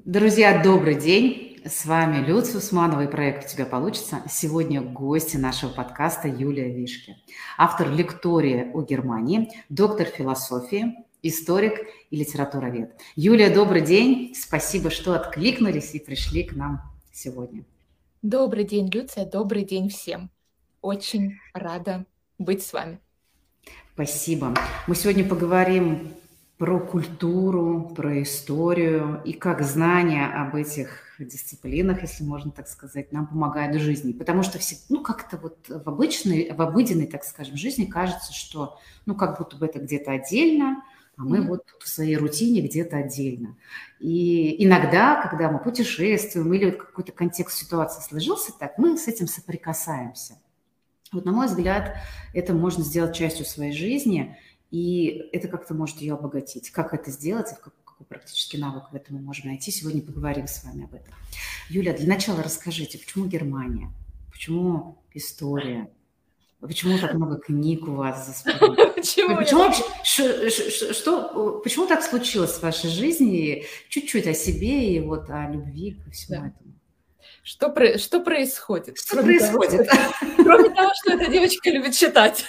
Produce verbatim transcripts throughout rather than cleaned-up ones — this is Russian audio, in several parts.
Друзья, добрый день! С вами Люция Усманова и проект «У тебя получится». Сегодня гости нашего подкаста Юлия Вишке, автор лектория о Германии, доктор философии, историк и литературовед. Юлия, добрый день! Спасибо, что откликнулись и пришли к нам сегодня. Добрый день, Люция, добрый день всем. Очень рада быть с вами. Спасибо. Мы сегодня поговорим про культуру, про историю и как знания об этих дисциплинах, если можно так сказать, нам помогают в жизни. Потому что все, ну, как-то вот в обычной, в обыденной, так скажем, жизни кажется, что, ну, как будто бы это где-то отдельно, а мы mm-hmm. вот в своей рутине где-то отдельно. И иногда, когда мы путешествуем или вот какой-то контекст ситуации сложился так, мы с этим соприкасаемся. Вот, на мой взгляд, это можно сделать частью своей жизни, и это как-то может ее обогатить. Как это сделать, и какой практический навык в этом мы можем найти, сегодня поговорим с вами об этом. Юля, для начала расскажите, почему Германия? Почему история? Почему так много книг у вас за спиной? Почему? Почему вообще, что, что, почему так случилось в вашей жизни? Чуть-чуть о себе и вот о любви ко всему да. этому. Что, про, что происходит? Что кроме происходит? Того, что, кроме того, что эта девочка любит читать.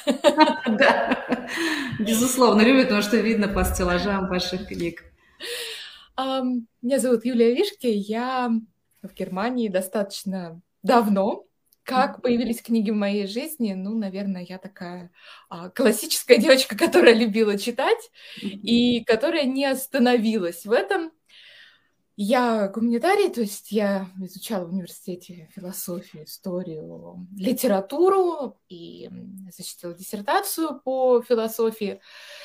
Да, безусловно, любит, потому что видно по стеллажам ваших книг. Меня зовут Юлия Вишке, я в Германии достаточно давно. Как появились книги в моей жизни? Ну, наверное, я такая а, классическая девочка, которая любила читать и которая не остановилась в этом. Я гуманитарий, то есть я изучала в университете философию, историю, литературу и защитила диссертацию по философии.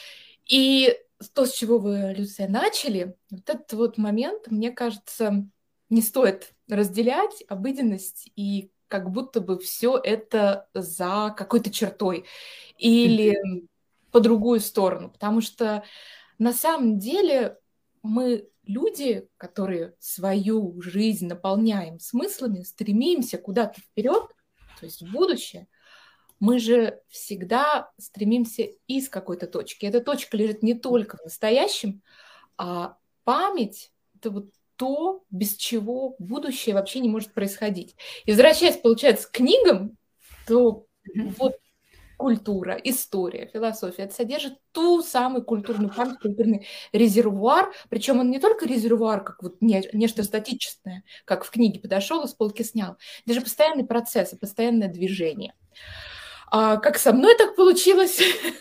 И то, с чего вы, Люция, начали, вот этот вот момент, мне кажется, не стоит разделять обыденность и как будто бы все это за какой-то чертой или по другую сторону, потому что на самом деле мы люди, которые свою жизнь наполняем смыслами, стремимся куда-то вперед, то есть в будущее, мы же всегда стремимся из какой-то точки. Эта точка лежит не только в настоящем, а память – это вот то, без чего будущее вообще не может происходить. И возвращаясь, получается, к книгам, то вот культура, история, философия, это содержит ту самую культурную память, культурный резервуар, причем он не только резервуар, как вот не, нечто статичное, как в книге подошел и с полки снял, это же постоянный процесс, постоянное движение. А как со мной так получилось?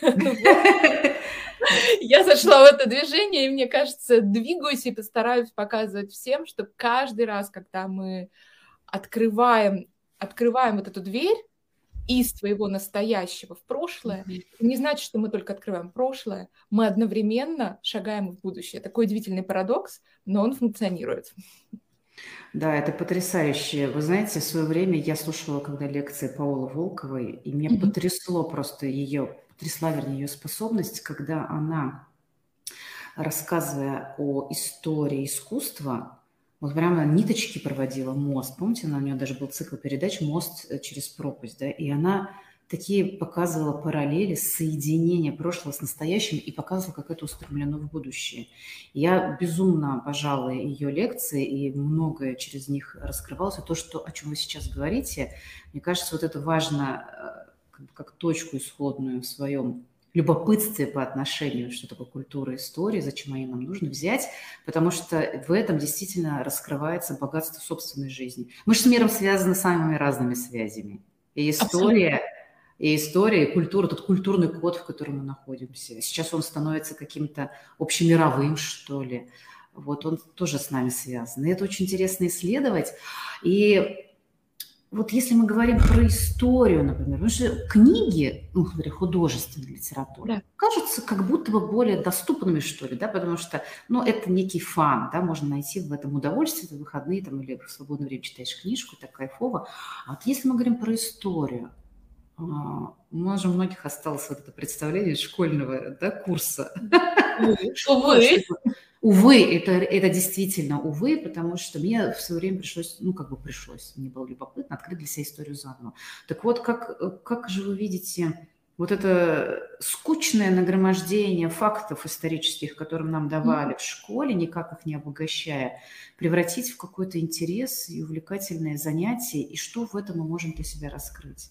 Я зашла в это движение, и мне кажется, двигаюсь и постараюсь показывать всем, что каждый раз, когда мы открываем, открываем вот эту дверь, из своего настоящего в прошлое, mm-hmm. не значит, что мы только открываем прошлое, мы одновременно шагаем в будущее. Такой удивительный парадокс, но он функционирует. Да, это потрясающе. Вы знаете, в свое время я слушала, когда лекции Паолы Волковой, и меня mm-hmm. потрясло просто ее, потрясла, вернее, ее способность, когда она, рассказывая о истории искусства, вот прямо ниточки проводила, мост. Помните, у нее даже был цикл передач «Мост через пропасть», да? И она такие показывала параллели, соединения прошлого с настоящим и показывала, как это устремлено в будущее. Я безумно обожала ее лекции, и многое через них раскрывалось. И то, что, о чем вы сейчас говорите, мне кажется, вот это важно как, как точку исходную в своем любопытстве по отношению, что такое культура, история, зачем они нам нужно взять, потому что в этом действительно раскрывается богатство собственной жизни. Мы же с миром связаны самыми разными связями. И история, и история, и культура, тот культурный код, в котором мы находимся. Сейчас он становится каким-то общемировым, что ли. Вот он тоже с нами связан. И это очень интересно исследовать. И вот если мы говорим про историю, например, потому что книги, ну, говоря, художественная литература, да. кажутся как будто бы более доступными, что ли, да, потому что, ну, это некий фан, да, можно найти в этом удовольствие, в выходные там или в свободное время читаешь книжку, так кайфово. А вот если мы говорим про историю, у нас же у многих осталось вот это представление школьного, да, курса. Увы. Увы, это, это действительно увы, потому что мне в свое время пришлось, ну, как бы пришлось, мне было любопытно открыть для себя историю заново. Так вот, как, как же вы видите Вот это скучное нагромождение фактов исторических, которым нам давали в школе, никак их не обогащая, превратить в какой-то интерес и увлекательное занятие, и что в этом мы можем для себя раскрыть?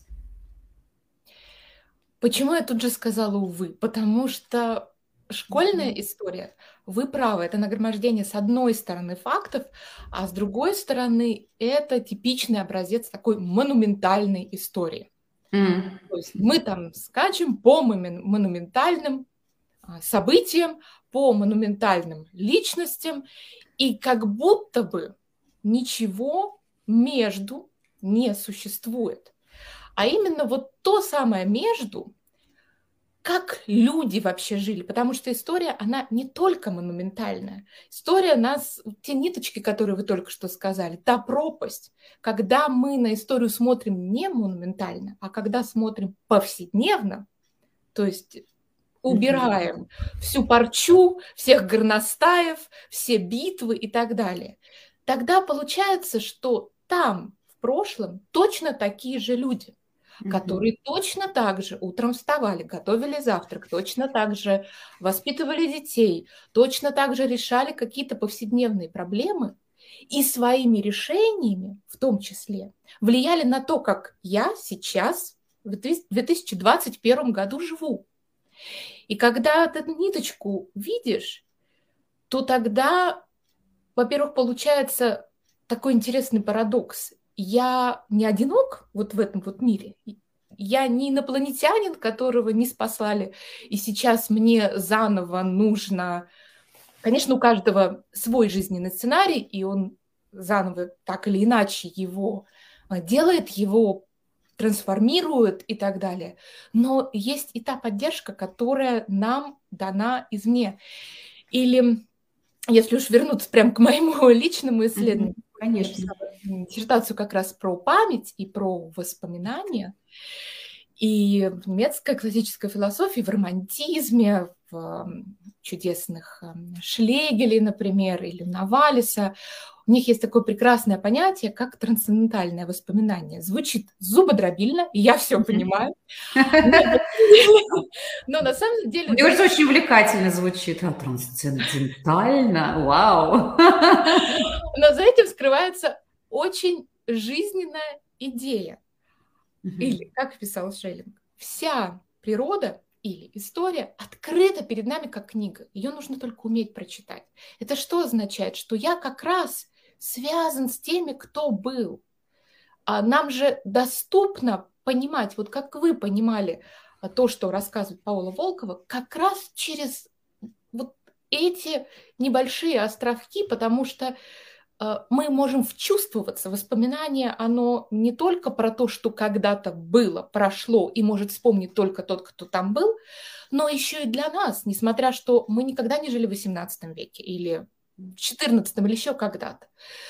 Почему я тут же сказала «увы»? Потому что школьная история, вы правы, это нагромождение с одной стороны фактов, а с другой стороны это типичный образец такой монументальной истории. Mm. То есть мы там скачем по монументальным событиям, по монументальным личностям, и как будто бы ничего между не существует. А именно вот то самое между, как люди вообще жили, потому что история, она не только монументальная. История нас, те ниточки, которые вы только что сказали, та пропасть, когда мы на историю смотрим не монументально, а когда смотрим повседневно, то есть убираем всю парчу, всех горностаев, все битвы и так далее, тогда получается, что там в прошлом точно такие же люди, которые точно так же утром вставали, готовили завтрак, точно так же воспитывали детей, точно так же решали какие-то повседневные проблемы и своими решениями, в том числе, влияли на то, как я сейчас в две тысячи двадцать первом году живу. И когда эту ниточку видишь, то тогда, во-первых, получается такой интересный парадокс. Я не одинок вот в этом вот мире. Я не инопланетянин, которого не спасали, и сейчас мне заново нужно... Конечно, у каждого свой жизненный сценарий, и он заново так или иначе его делает, его трансформирует и так далее. Но есть и та поддержка, которая нам дана извне. Или, если уж вернуться прямо к моему личному исследованию, Mm-hmm. Конечно. Диссертацию как раз про память и про воспоминания. И в немецкой классической философии, в романтизме, в чудесных Шлегеле, например, или Навалиса, у них есть такое прекрасное понятие, как трансцендентальное воспоминание. Звучит зубодробильно, и я все понимаю. Но на самом деле... Мне кажется, очень увлекательно звучит. А, трансцендентально? Вау! Но за этим скрывается очень жизненная идея. Или, как писал Шеллинг, вся природа или история открыта перед нами как книга. Ее нужно только уметь прочитать. Это что означает? Что я как раз связан с теми, кто был. А нам же доступно понимать, вот как вы понимали то, что рассказывает Паула Волкова, как раз через вот эти небольшие островки, потому что мы можем вчувствоваться. Воспоминание, оно не только про то, что когда-то было, прошло, и может вспомнить только тот, кто там был, но еще и для нас, несмотря что мы никогда не жили в восемнадцатом веке или в четырнадцатом или еще когда-то.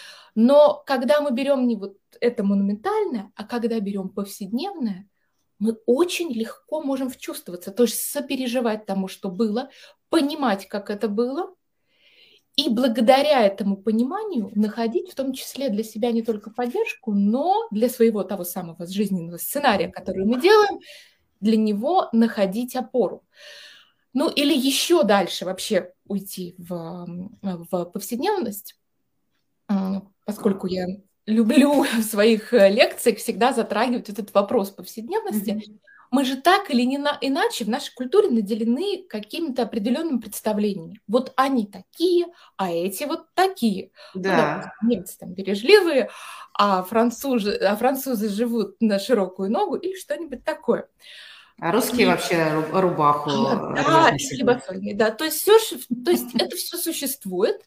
Но когда мы берем не вот это монументальное, а когда берем повседневное, мы очень легко можем вчувствоваться, то есть сопереживать тому, что было, понимать, как это было, и благодаря этому пониманию находить в том числе для себя не только поддержку, но для своего того самого жизненного сценария, который мы делаем, для него находить опору. Ну или еще дальше вообще уйти в, в повседневность, поскольку я люблю в своих лекциях всегда затрагивать этот вопрос повседневности. Mm-hmm. Мы же так или не на, иначе в нашей культуре наделены какими-то определенными представлениями. Вот они такие, а эти вот такие. Да. Ну, немцы там бережливые, а французы, а французы живут на широкую ногу или что-нибудь такое. А русские и... вообще рубаху. Да, хлебосольные, да. То есть, все, то есть это все существует,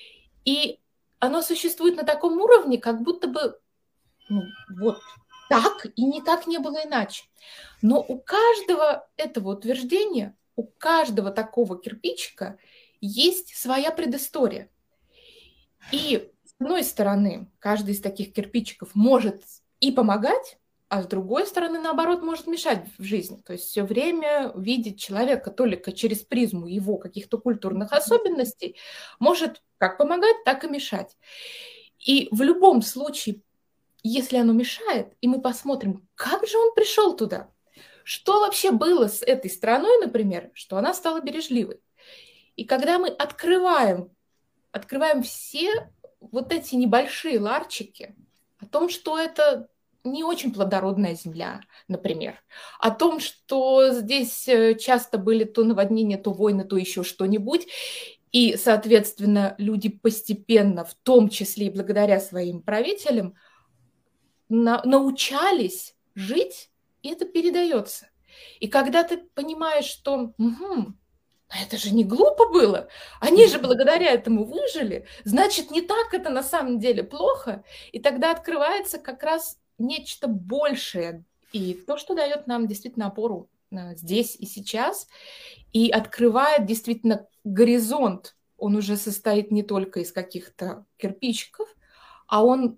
и оно существует на таком уровне, как будто бы ну, вот так и никак не было иначе. Но у каждого этого утверждения, у каждого такого кирпичика есть своя предыстория. И с одной стороны, каждый из таких кирпичиков может и помогать, а с другой стороны, наоборот, может мешать в жизни. То есть все время видеть человека только через призму его каких-то культурных особенностей может как помогать, так и мешать. И в любом случае, если оно мешает, и мы посмотрим, как же он пришел туда, что вообще было с этой страной, например, что она стала бережливой. И когда мы открываем, открываем все вот эти небольшие ларчики о том, что это не очень плодородная земля, например, о том, что здесь часто были то наводнения, то войны, то еще что-нибудь, и, соответственно, люди постепенно, в том числе и благодаря своим правителям, на- научались жить, и это передается. И когда ты понимаешь, что угу, это же не глупо было, они же благодаря этому выжили, значит, не так это на самом деле плохо, и тогда открывается как раз нечто большее, и то, что дает нам действительно опору э, здесь и сейчас, и открывает действительно горизонт. Он уже состоит не только из каких-то кирпичиков, а он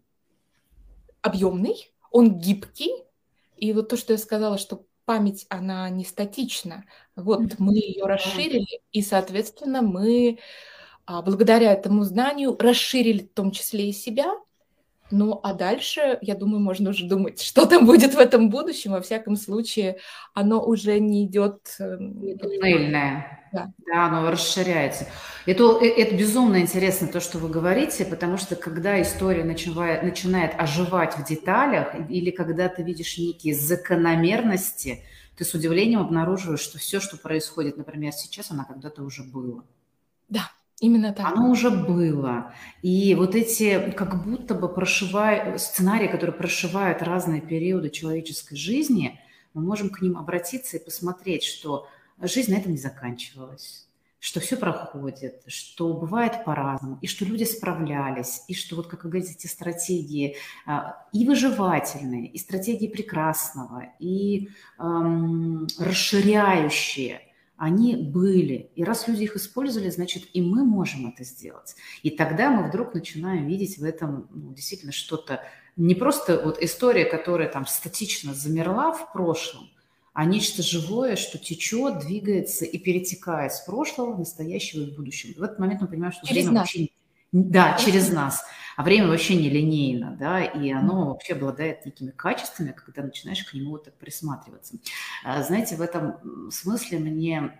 объемный, он гибкий. И вот то, что я сказала, что память, она не статична. Вот мы ее расширили, и, соответственно, мы а, благодаря этому знанию расширили в том числе и себя. Ну, а дальше, я думаю, можно уже думать, что там будет в этом будущем. Во всяком случае, оно уже не идет... Не туннельное. Да. Да, оно расширяется. Это, это безумно интересно, то, что вы говорите, потому что когда история начинает, начинает оживать в деталях, или когда ты видишь некие закономерности, ты с удивлением обнаруживаешь, что все, что происходит, например, сейчас, оно когда-то уже было. Да, именно так. Оно уже было. И вот эти как будто бы прошивают, сценарии, которые прошивают разные периоды человеческой жизни, мы можем к ним обратиться и посмотреть, что жизнь на этом не заканчивалась, что все проходит, что бывает по-разному, и что люди справлялись, и что, вот как вы говорите, эти стратегии и выживательные, и стратегии прекрасного, и эм, расширяющие, они были. И раз люди их использовали, значит, и мы можем это сделать. И тогда мы вдруг начинаем видеть в этом ну, действительно что-то, не просто вот история, которая там статично замерла в прошлом, а нечто живое, что течет, двигается и перетекает с прошлого в настоящего и в будущем. И в этот момент мы понимаем, что Через время нас. вообще... Да, через нас. А время вообще не линейно, да, и оно вообще обладает некими качествами, когда начинаешь к нему вот так присматриваться. Знаете, в этом смысле мне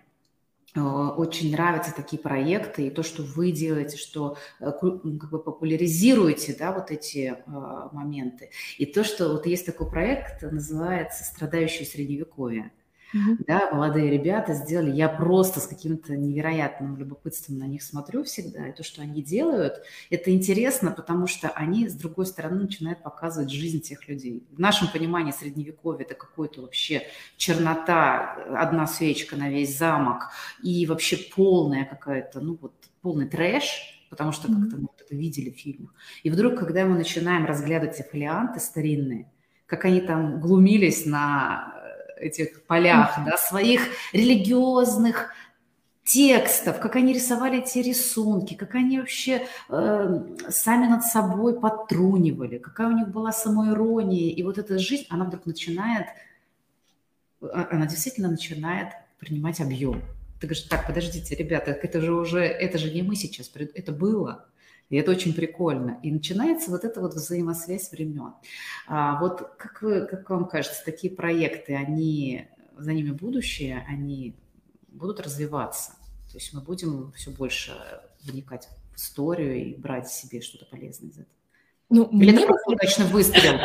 очень нравятся такие проекты, и то, что вы делаете, что как бы популяризируете, да, вот эти э, моменты. И то, что вот есть такой проект, называется «Страдающее средневековье». Mm-hmm. Да, молодые ребята сделали, я просто с каким-то невероятным любопытством на них смотрю всегда, и то, что они делают, это интересно, потому что они, с другой стороны, начинают показывать жизнь тех людей. В нашем понимании средневековье это какой-то вообще чернота, одна свечка на весь замок, и вообще полная какая-то, ну вот, полный трэш, потому что как-то мы это видели в фильмах. И вдруг, когда мы начинаем разглядывать эти фолианты старинные, как они там глумились на этих полях, да, своих религиозных текстов, как они рисовали эти рисунки, как они вообще э, сами над собой подтрунивали, какая у них была самоирония. И вот эта жизнь, она вдруг начинает, она действительно начинает принимать объем. Ты говоришь, так, подождите, ребята, это же уже, это же не мы сейчас, это было. И это очень прикольно. И начинается вот эта вот взаимосвязь времен. А вот как, вы, как вам кажется, такие проекты, они, за ними будущее, они будут развиваться? То есть мы будем все больше вникать в историю и брать себе что-то полезное из этого? Ну, Или это просто удачный выстрел?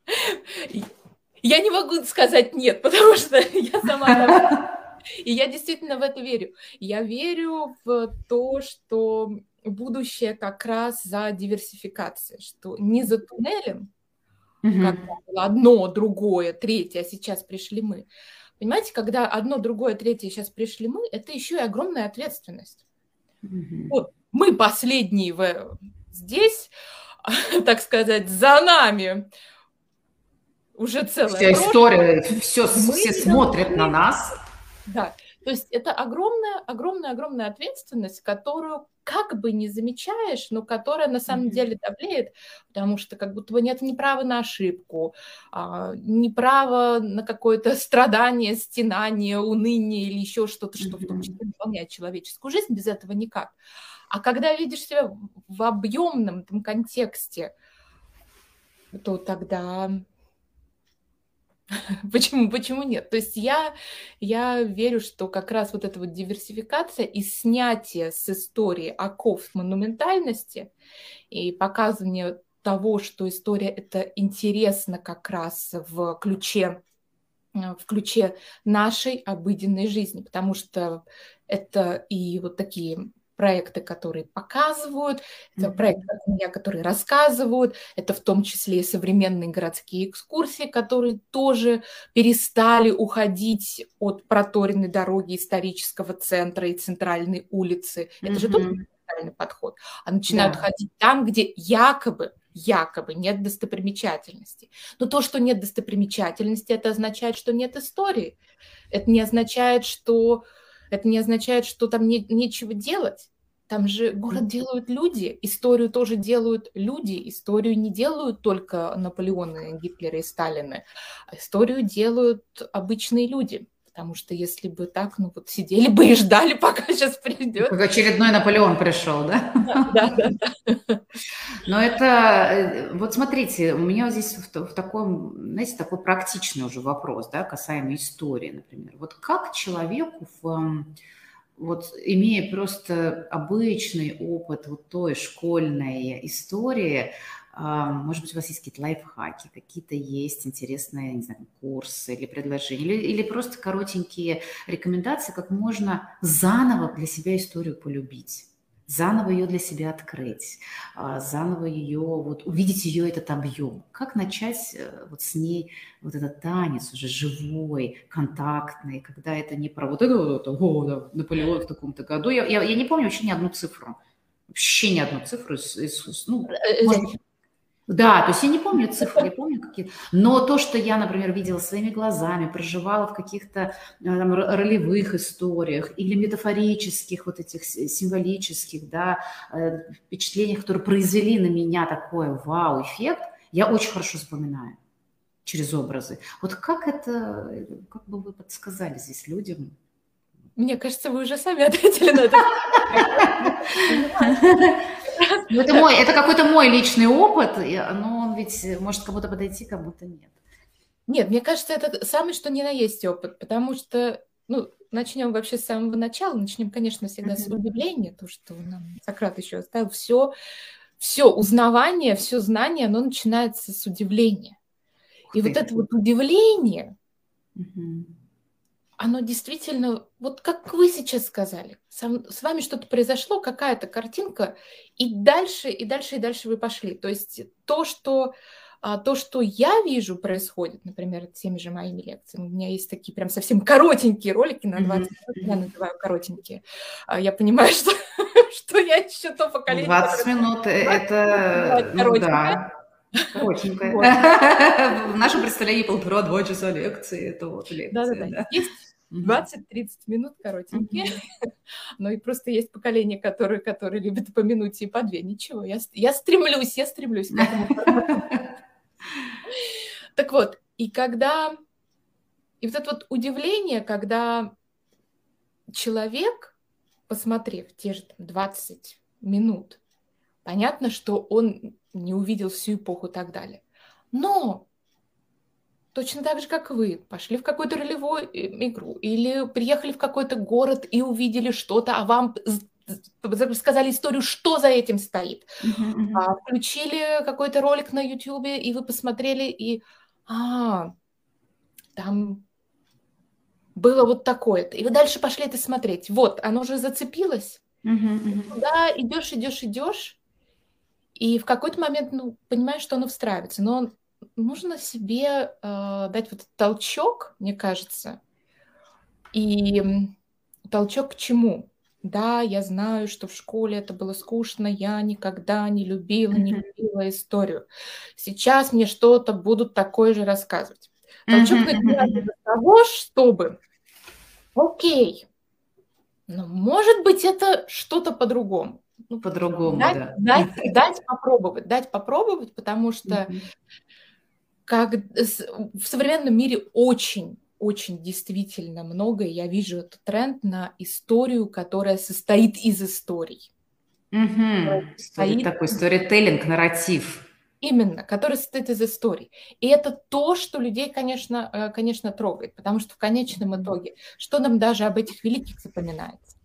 Я не могу сказать нет, потому что я сама... И я действительно в это верю. Я верю в то, что будущее как раз за диверсификацией, что не за туннелем, mm-hmm. как было одно, другое, третье, а сейчас пришли мы. Понимаете, когда одно, другое, третье, сейчас пришли мы, это еще и огромная ответственность. Mm-hmm. Вот мы последние в... здесь, так сказать, за нами уже целая Вся история, все, все смотрят должны... на нас. Да, то есть это огромная, огромная, огромная ответственность, которую как бы не замечаешь, но которая на самом mm-hmm. деле давлеет, потому что как будто бы нет ни права на ошибку, а, ни права на какое-то страдание, стенание, уныние или еще что-то, что mm-hmm. в том числе наполняет человеческую жизнь, без этого никак. А когда видишь себя в объемном этом контексте, то тогда... Почему, почему нет? То есть я, я верю, что как раз вот эта вот диверсификация и снятие с истории оков монументальности и показывание того, что история это интересно как раз в ключе, э, в ключе нашей обыденной жизни, потому что это и вот такие проекты, которые показывают, это проекты, Мгм. как у меня, которые рассказывают, это в том числе и современные городские экскурсии, которые тоже перестали уходить от проторенной дороги исторического центра и центральной улицы. Это же тоже Мгм. правильный подход. А начинают Да. ходить там, где якобы, якобы нет достопримечательностей. Но то, что нет достопримечательности, это означает, что нет истории. Это не означает, что это не означает, что там не, нечего делать. Там же город делают люди, историю тоже делают люди. Историю не делают только Наполеоны, Гитлеры и Сталины, а историю делают обычные люди. Потому что если бы так, ну вот сидели бы и ждали, пока сейчас придет. Как очередной Наполеон пришел, да? Да, да, да, да. Но это, э, вот смотрите, у меня вот здесь в, та- в таком, знаете, такой практичный уже вопрос, да, касаемо истории, например. Вот как человеку, в, м, вот имея просто обычный опыт вот той школьной истории, а, может быть, у вас есть какие-то лайфхаки, какие-то есть интересные, не знаю, курсы или предложения, или, или просто коротенькие рекомендации, как можно заново для себя историю полюбить, заново ее для себя открыть, а, заново ее, вот увидеть ее этот объем. Как начать э, вот с ней вот этот танец уже живой, контактный, когда это не про вот это вот, о, да, Наполеон в таком-то году. Я, я, я не помню вообще ни одну цифру. Вообще ни одну цифру. Из, из- ну, Э, может Жень, быть, да, то есть я не помню цифры, я помню какие-то, но то, что я, например, видела своими глазами, проживала в каких-то э, там, ро- ролевых историях или метафорических, вот этих с- символических, да, э, впечатлениях, которые произвели на меня такой вау-эффект, я очень хорошо запоминаю через образы. Вот как это, э, как бы вы подсказали здесь людям? мне кажется, вы уже сами ответили на этот вопрос. Я так понимаю, как раз, Ну, это э, мой, это какой-то мой личный опыт, и, но он ведь может кому-то подойти, кому-то нет. Нет, мне кажется, это самый что ни на есть опыт, потому что, ну, начнем вообще с самого начала, начнем, конечно, всегда с Мгм. удивления, то, что нам Сократ еще оставил, все, все узнавание, все знание, оно начинается с удивления. Ух И вот ты. это вот удивление, Мгм. оно действительно, вот как вы сейчас сказали, сам- с вами что-то произошло, какая-то картинка, и дальше, и дальше, и дальше вы пошли. То есть то, что, а, то, что я вижу происходит, например, теми же моими лекциями, у меня есть такие прям совсем коротенькие ролики на Мгм. двадцать минут, я Мгм. называю коротенькие. А, Я понимаю, что, что я еще то Ну, поколение, двадцать которое минут, э, двадцать минут называет это, ну коротенькое. да, коротенькая. Вот. В нашем представлении полтора-два часа лекции, это вот лекция, Да-да-да. да. Есть Мгм. двадцать-тридцать минут коротенькие. Мгм. Ну и просто есть поколение, которое, которое любит по минуте и по две. Ничего, я, с- я стремлюсь, я стремлюсь к этому формату. Так вот, и когда... И вот это вот удивление, когда человек, посмотрев те же там двадцать минут, понятно, что он не увидел всю эпоху и так далее. Но точно так же, как вы, пошли в какую-то ролевую э, игру или приехали в какой-то город и увидели что-то, а вам з- з- сказали историю, что за этим стоит. Мгм. А, Мгм. включили какой-то ролик на Ютубе, и вы посмотрели, и а, там было вот такое-то. И вы дальше пошли это смотреть. Вот, оно уже зацепилось. Мгм. Мгм. Да, идешь, идешь, идешь, и в какой-то момент, ну, понимаешь, что оно встраивается. Но нужно себе э, дать вот этот толчок, мне кажется. И м, толчок к чему? Да, я знаю, что в школе это было скучно, я никогда не любила, не Мгм. любила историю. Сейчас мне что-то будут такое же рассказывать. Мгм. Толчок Мгм. начинается Мгм. с того, чтобы, окей, но может быть это что-то по-другому. Ну, По-другому, дать, да. дать, дать попробовать, дать попробовать, потому что Мгм. как с- в современном мире очень, очень действительно много, я вижу этот тренд на историю, которая состоит из историй. Которая Мгм. Стори- состоит Такой из- сторителлинг, нарратив. Именно, который состоит из историй. И это то, что людей, конечно, э, конечно, трогает, потому что в конечном итоге, что нам даже об этих великих запоминается?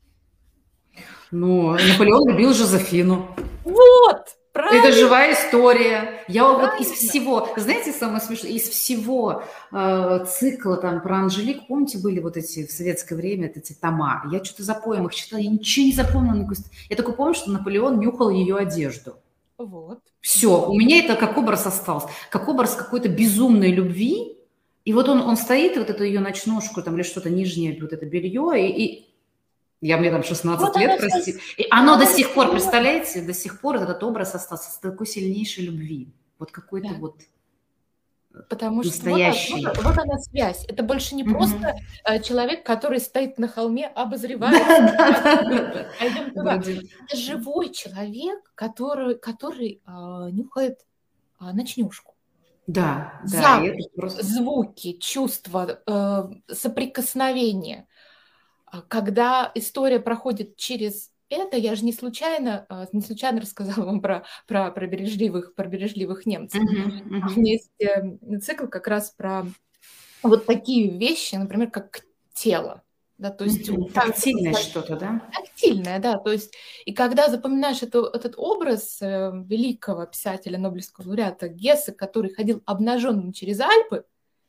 Ну, Наполеон любил Жозефину. Вот! Правильно. Это живая история. Я Правильно. вот из всего, знаете, самое смешное, из всего э, цикла там про Анжелику, помните, были вот эти в советское время эти тома? Я что-то за поем их читала, я ничего не запомнила. Я только помню, что Наполеон нюхал ее одежду. Вот. Все, у меня это как образ остался, как образ какой-то безумной любви. И вот он, он стоит, вот эту ее ночнушку там или что-то нижнее, вот это белье, и, и я, мне там шестнадцать вот лет, прости. Вся... И оно вот до сих пор, представляете, до сих пор этот образ остался с такой сильнейшей любви. Вот какой-то да. вот Потому настоящий. Что вот, вот, вот она связь. Это больше не просто mm-hmm. человек, который стоит на холме, обозревает. Пойдем туда. Это живой человек, который, который а, нюхает а, ночнушку. Да, Запах, да. Просто... звуки, чувства, э, соприкосновения. Когда история проходит через это, я же не случайно, не случайно рассказала вам про, про, про, бережливых, про бережливых немцев. Uh-huh, uh-huh. У меня есть цикл как раз про вот такие вещи, например, как тело. Да, то есть uh-huh. Тактильное как, что-то, да? Тактильное, да. То есть, и когда запоминаешь это, этот образ э, великого писателя, Нобелевского лауреата Гессе, который ходил обнаженным через Альпы,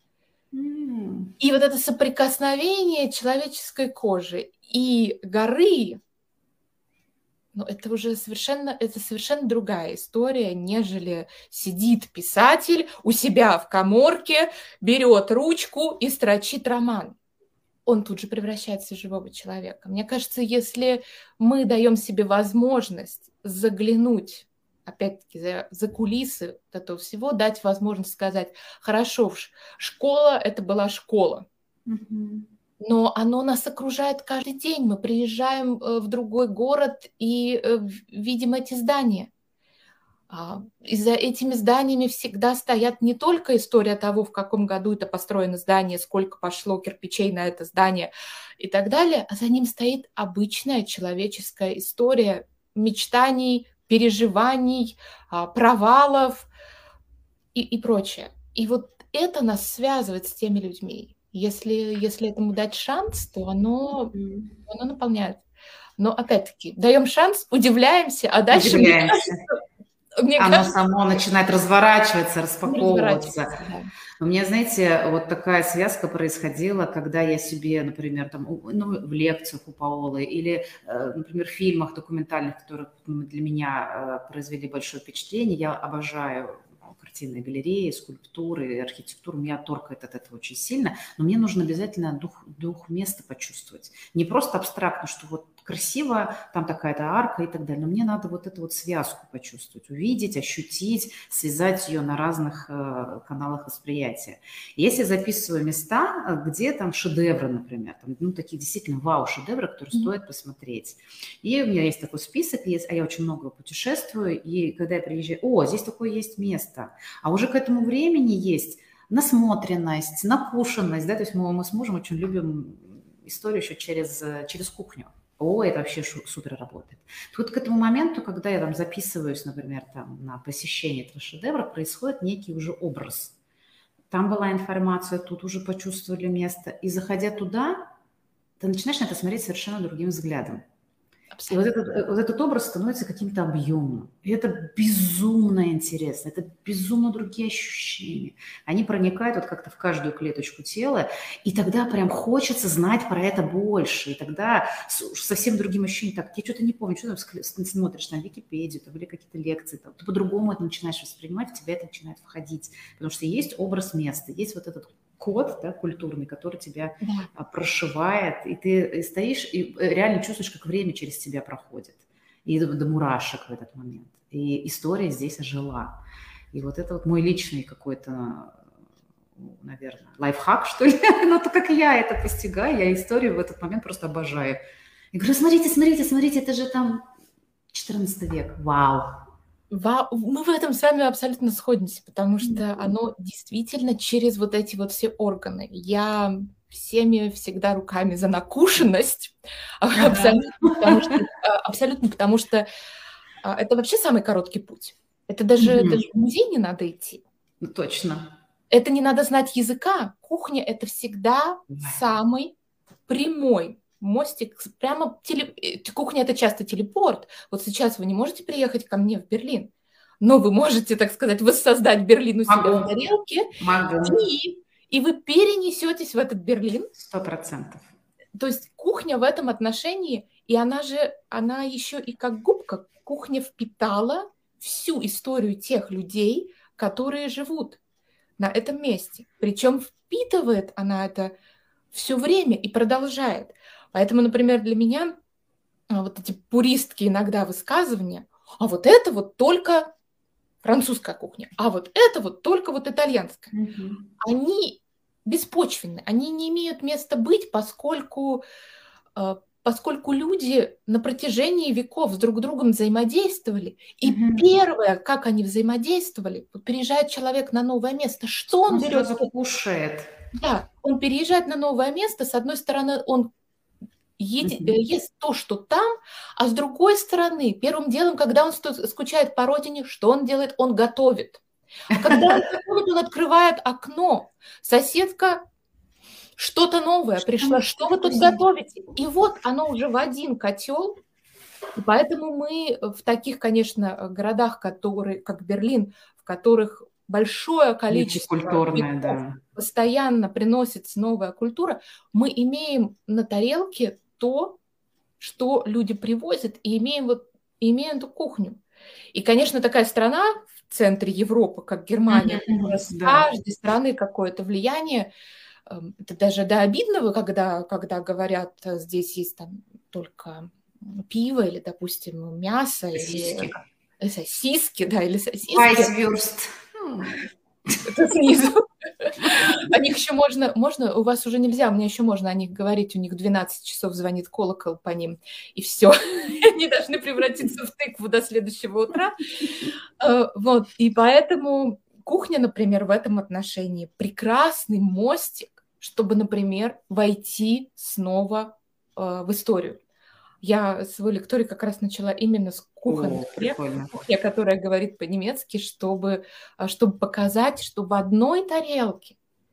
Mm. и вот это соприкосновение человеческой кожи и горы, ну, это уже совершенно, это совершенно другая история, нежели сидит писатель у себя в каморке, берет ручку и строчит роман. Он тут же превращается в живого человека. Мне кажется, если мы даем себе возможность заглянуть опять-таки, за, за кулисы вот этого всего, дать возможность сказать, хорошо, школа — это была школа, mm-hmm. но оно нас окружает каждый день. Мы приезжаем в другой город и видим эти здания. И за этими зданиями всегда стоят не только история того, в каком году это построено здание, сколько пошло кирпичей на это здание и так далее, а за ним стоит обычная человеческая история мечтаний, переживаний, провалов и, и прочее. И вот это нас связывает с теми людьми. Если, если этому дать шанс, то оно, оно наполняет. Но опять-таки, даем шанс, удивляемся, а дальше... Удивляемся. Мне Оно кажется, само начинает разворачиваться, распаковываться. Да. У меня, знаете, вот такая связка происходила, когда я себе, например, там, ну, в лекциях у Паолы или, например, в фильмах документальных, которые для меня произвели большое впечатление, я обожаю картинные галереи, скульптуры, архитектуру, меня торкает от этого очень сильно, но мне нужно обязательно дух, дух места почувствовать. Не просто абстрактно, что вот красиво, там такая-то арка и так далее, но мне надо вот эту вот связку почувствовать, увидеть, ощутить, связать ее на разных э, каналах восприятия. Если записываю места, где там шедевры, например, там, ну, такие действительно вау-шедевры, которые mm-hmm. стоит посмотреть. И у меня есть такой список, есть, а я очень много путешествую, и когда я приезжаю, о, здесь такое есть место, а уже к этому времени есть насмотренность, накушенность, да, то есть мы, мы с мужем очень любим историю еще через, через кухню. О, это вообще супер работает. Тут к этому моменту, когда я там записываюсь, например, там, на посещение этого шедевра, происходит некий уже образ. Там была информация, тут уже почувствовали место. И заходя туда, ты начинаешь на это смотреть совершенно другим взглядом. И вот этот, вот этот образ становится каким-то объемным. И это безумно интересно, это безумно другие ощущения. Они проникают вот как-то в каждую клеточку тела, и тогда прям хочется знать про это больше. И тогда совсем другим ощущением, так, я что-то не помню, что там смотришь на Википедию, там, или какие-то лекции, там, ты по-другому это начинаешь воспринимать, в тебя это начинает входить. Потому что есть образ места, есть вот этот код, да, культурный, который тебя да. прошивает, и ты стоишь и реально чувствуешь, как время через тебя проходит. И до, до мурашек в этот момент. И история здесь ожила. И вот это вот мой личный какой-то, наверное, лайфхак, что ли. Но то, как я это постигаю, я историю в этот момент просто обожаю. И говорю, смотрите, смотрите, смотрите, это же там четырнадцатый век. Вау! Мы в этом с вами абсолютно сходимся, потому что оно действительно через вот эти вот все органы. Я всеми всегда руками за накушенность, ага. абсолютно, потому что, абсолютно, потому что это вообще самый короткий путь. Это даже, Мгм. даже в музей не надо идти. Ну, точно. Это не надо знать языка. Кухня – это всегда Ой. самый прямой мостик. Прямо теле... э, Кухня – это часто телепорт. Вот сейчас вы не можете приехать ко мне в Берлин, но вы можете, так сказать, воссоздать Берлин у себя в Могу, тарелке, могу. и, и вы перенесетесь в этот Берлин. Сто процентов. То есть кухня в этом отношении, и она же, она еще и как губка. Кухня впитала всю историю тех людей, которые живут на этом месте. Причем впитывает она это все время и продолжает. Поэтому, например, для меня а, вот эти пуристские иногда высказывания, а вот это вот только французская кухня, а вот это вот только вот итальянская, Мгм. они беспочвенны, они не имеют места быть, поскольку, э, поскольку люди на протяжении веков с друг другом взаимодействовали. И Мгм. первое, как они взаимодействовали, вот переезжает человек на новое место, что он Он берет? сразу кушает. Да, он переезжает на новое место, с одной стороны, он еди- э, Мгм. ест то, что там, а с другой стороны, первым делом, когда он сто- скучает по родине, что он делает? Он готовит. А когда он готовит, он открывает окно. Соседка что-то новое пришла. Что Что вы тут вкусненькое. готовите? И вот оно уже в один котел. И поэтому мы в таких, конечно, городах, которые, как Берлин, в которых большое количество Мультикультурное, веков да. постоянно приносится новая культура, мы имеем на тарелке то, что люди привозят, и имеем, вот, имеем эту кухню. И, конечно, такая страна в центре Европы, как Германия, Мгм. которая с Да. каждой страны какое-то влияние, эм, это даже до обидного, когда, когда говорят, э, здесь есть там только пиво или, допустим, мясо, или Сосиски. э, сосиски, да, или сосиски. Вайсвюрст. М. Это снизу. О них еще можно, можно, у вас уже нельзя, мне еще можно о них говорить, у них двенадцать часов звонит колокол по ним, и все. Они должны превратиться в тыкву до следующего утра. Э, Вот, и поэтому кухня, например, в этом отношении прекрасный мостик, чтобы, например, войти снова э, в историю. Я свою лекторию как раз начала именно с кухонных О, тем, прикольно. кухня, которая говорит по-немецки, чтобы, а, чтобы показать, что в одной тарелке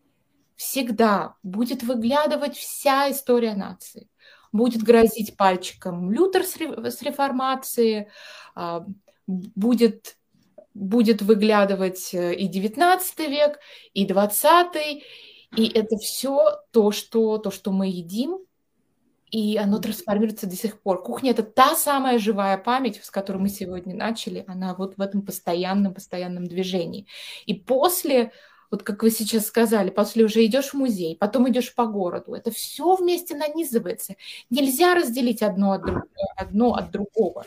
всегда будет выглядывать вся история нации. Будет грозить пальчиком Лютер с ре- с реформацией, а, будет, будет выглядывать э, и девятнадцатый век, и двадцатый, и это все то, что, то, что мы едим, и оно трансформируется до сих пор. Кухня – это та самая живая память, с которой мы сегодня начали. Она вот в этом постоянном, постоянном движении. И после, вот как вы сейчас сказали, после уже идешь в музей, потом идешь по городу. Это все вместе нанизывается. Нельзя разделить одно от, друг- одно от другого.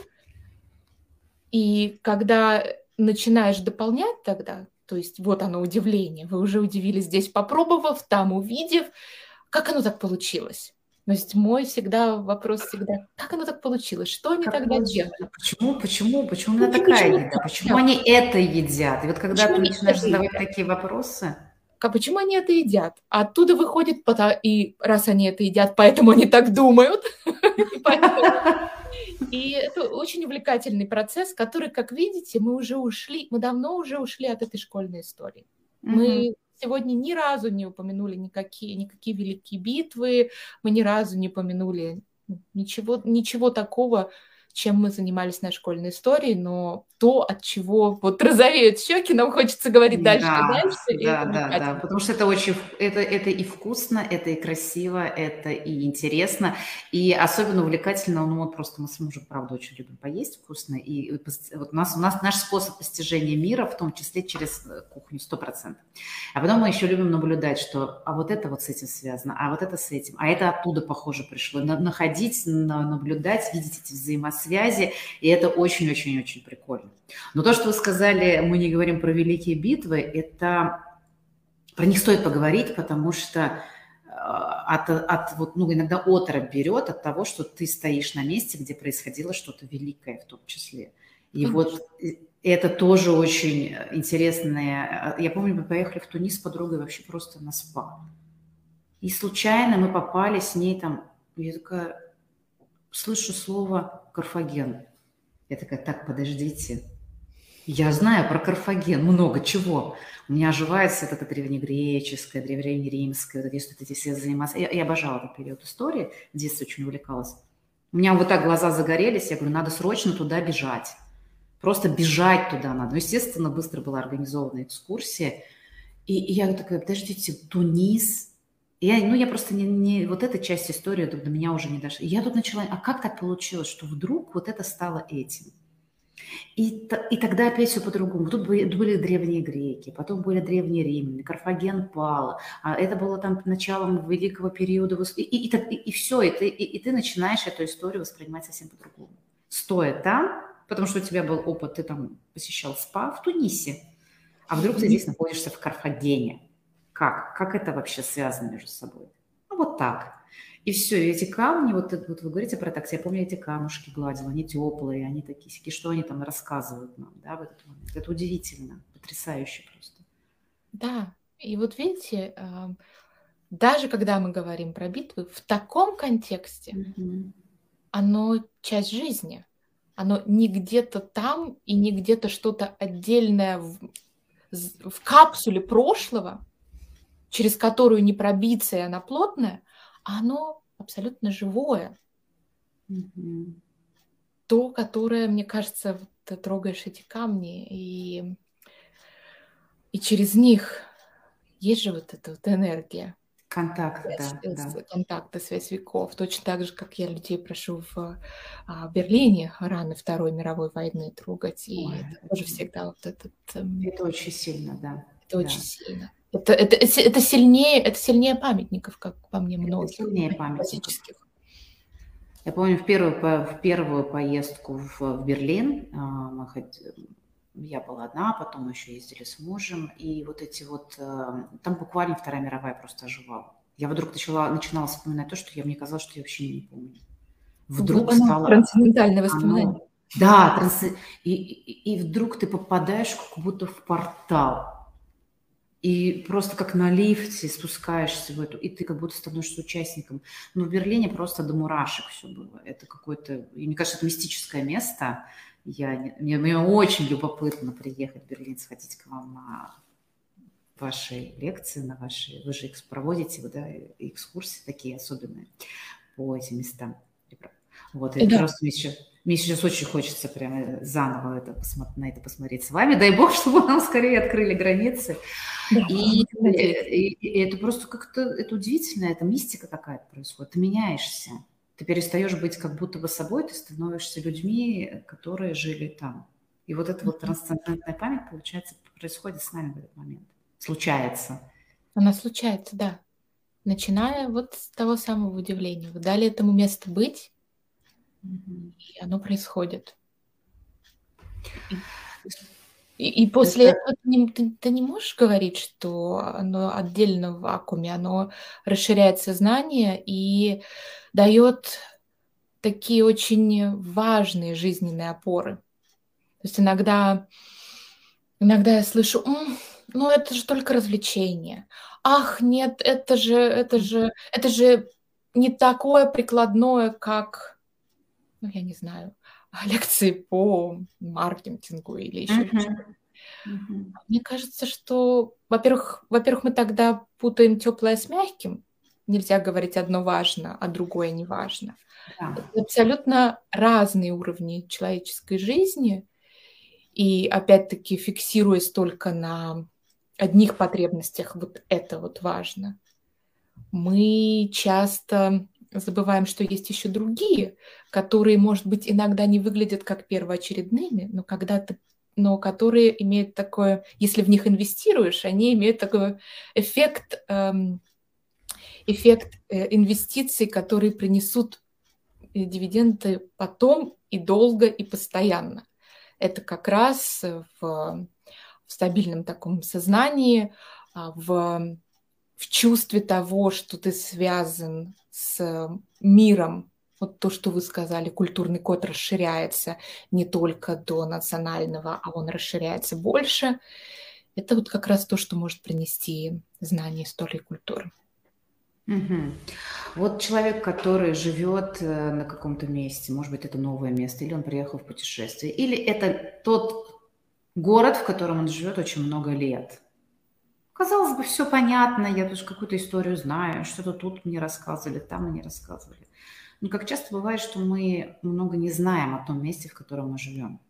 И когда начинаешь дополнять тогда, то есть вот оно удивление, вы уже удивились здесь, попробовав, там увидев, как оно так получилось. То есть мой всегда вопрос всегда, как оно так получилось, что они Как тогда получилось? делали, Почему, почему, почему именно почему, такая почему еда? так, Почему да, они это едят? И вот когда почему ты они начинаешь это задавать едят, такие вопросы, а почему они это едят, а оттуда выходит, пота- и раз они это едят, поэтому они так думают, и поэтому И это очень увлекательный процесс, который, как видите, мы уже ушли, мы давно уже ушли от этой школьной истории. мгм. Мы сегодня ни разу не упомянули никакие, никакие великие битвы, мы ни разу не упомянули ничего, ничего такого, чем мы занимались на школьной истории, но то, от чего вот розовеют щеки, нам хочется говорить дальше и Да, дальше, и да, это да, да, увлекательно. потому что это очень, вк- это, это и вкусно, это и красиво, это и интересно, и особенно увлекательно, ну вот просто мы с мужем, правда, очень любим поесть вкусно, и, и пос- вот у нас, у нас наш способ постижения мира, в том числе через э, кухню, сто процентов. А потом мы еще любим наблюдать, что, а вот это вот с этим связано, а вот это с этим, а это оттуда, похоже, пришло. На- находить, на- наблюдать, видеть эти взаимосвязи, и это очень-очень-очень прикольно. Но то, что вы сказали, мы не говорим про великие битвы, это про них стоит поговорить, потому что э, от, от вот, ну, иногда оторопь берет от того, что ты стоишь на месте, где происходило что-то великое в том числе. И Конечно. вот э, это тоже очень интересное. Я помню, мы поехали в Тунис с подругой вообще просто на спа. И случайно мы попали с ней там, я такая, слышу слово «Карфаген». Я такая, так, подождите, Я знаю про Карфаген много чего. У меня оживается это древнегреческое, древнеримское, вот если эти все заниматься. Я, я обожала этот период истории, в детстве очень увлекалась. У меня вот так глаза загорелись, я говорю, надо срочно туда бежать. Просто бежать туда надо. Ну, естественно, быстро была организована экскурсия. И, и я такая, подождите, Тунис? Я, ну, я просто не, не... Вот эта часть истории до меня уже не дошла. И я тут начала... А как так получилось, что вдруг вот это стало этим? И, и тогда опять все по-другому. Тут были, были древние греки, потом были древние римляне, Карфаген пал, а это было там началом великого периода. И, и, и, и все, и ты, и, и ты начинаешь эту историю воспринимать совсем по-другому. Стоя там, потому что у тебя был опыт, ты там посещал спа в Тунисе, а вдруг ты здесь находишься в Карфагене. Как? Как это вообще связано между собой? Ну, вот так. И все, и эти камни, вот, вот вы говорите про такси, я помню, эти камушки гладила, они теплые, они такие, что они там рассказывают нам, да, в этот момент. Это удивительно, потрясающе просто. Да, и вот видите, даже когда мы говорим про битвы, в таком контексте mm-hmm. оно часть жизни. Оно не где-то там и не где-то что-то отдельное в, в капсуле прошлого, через которую не пробиться, и она плотная, а оно абсолютно живое. Mm-hmm. То, которое, мне кажется, ты трогаешь эти камни, и, и через них есть же вот эта вот энергия. Контакт, связь, да, да. Контакты, связь веков. Точно так же, как я людей прошу в а, Берлине раны Второй мировой войны трогать. И Ой, это, это тоже всегда вот этот... Эм, это очень сильно, да. Это да. очень сильно. Это, это, это, сильнее, это сильнее памятников, как по мне, многих. Это сильнее памятников. Я помню, в первую, в первую поездку в, в Берлин мы хоть, я была одна, потом еще ездили с мужем, и вот эти вот, там буквально Вторая мировая просто оживала. Я вдруг начала, начинала вспоминать то, что я, мне казалось, что я вообще не помню. Вдруг вот стало... Трансцендентальное воспоминание. Оно, да, транс... и, и, и вдруг ты попадаешь как будто в портал. И просто как на лифте спускаешься в эту, и ты как будто становишься участником. Но в Берлине просто до мурашек все было. Это какое-то, мне кажется, это мистическое место. Я, мне, мне очень любопытно приехать в Берлин, сходить к вам на ваши лекции, на ваши, вы же проводите, да, экскурсии такие особенные по этим местам. Вот, и да. Просто мне сейчас, мне сейчас очень хочется прямо заново это посмотреть, на это посмотреть с вами. Дай бог, чтобы нам скорее открыли границы. Да, и, и, и это просто как-то, это удивительно, это мистика какая-то происходит. Ты меняешься. Ты перестаешь быть как будто бы собой, ты становишься людьми, которые жили там. И вот эта вот трансцендентная память, получается, происходит с нами в этот момент. Случается. Она случается, да. Начиная вот с того самого удивления. Вы дали этому место быть, mm-hmm. и оно происходит. И, и после Это... этого ты не, ты, ты не можешь говорить, что оно отдельно в вакууме, оно расширяет сознание и дает такие очень важные жизненные опоры. То есть иногда, иногда я слышу, ну это же только развлечение. Ах, нет, это же, это же, это же не такое прикладное, как, ну я не знаю, лекции по маркетингу или еще uh-huh. что-то. Uh-huh. Мне кажется, что, во-первых, во-первых, мы тогда путаем теплое с мягким. Нельзя говорить одно важно, а другое не важно. Yeah. Это абсолютно разные уровни человеческой жизни. И опять-таки, фиксируясь только на одних потребностях, вот это вот важно. Мы часто забываем, что есть еще другие, которые, может быть, иногда не выглядят как первоочередными, но когда ты, но которые имеют такое, если в них инвестируешь, они имеют такой эффект, эм, эффект э, инвестиций, которые принесут дивиденды потом и долго, и постоянно. Это как раз в, в стабильном таком сознании, в в чувстве того, что ты связан с миром, вот то, что вы сказали, культурный код расширяется не только до национального, а он расширяется больше, это вот как раз то, что может принести знание истории культуры. Угу. Вот человек, который живет на каком-то месте, может быть, это новое место, или он приехал в путешествие, или это тот город, в котором он живет очень много лет. Казалось бы, все понятно, я тоже какую-то историю знаю, что-то тут мне рассказывали, там мне рассказывали. Но как часто бывает, что мы много не знаем о том месте, в котором мы живем.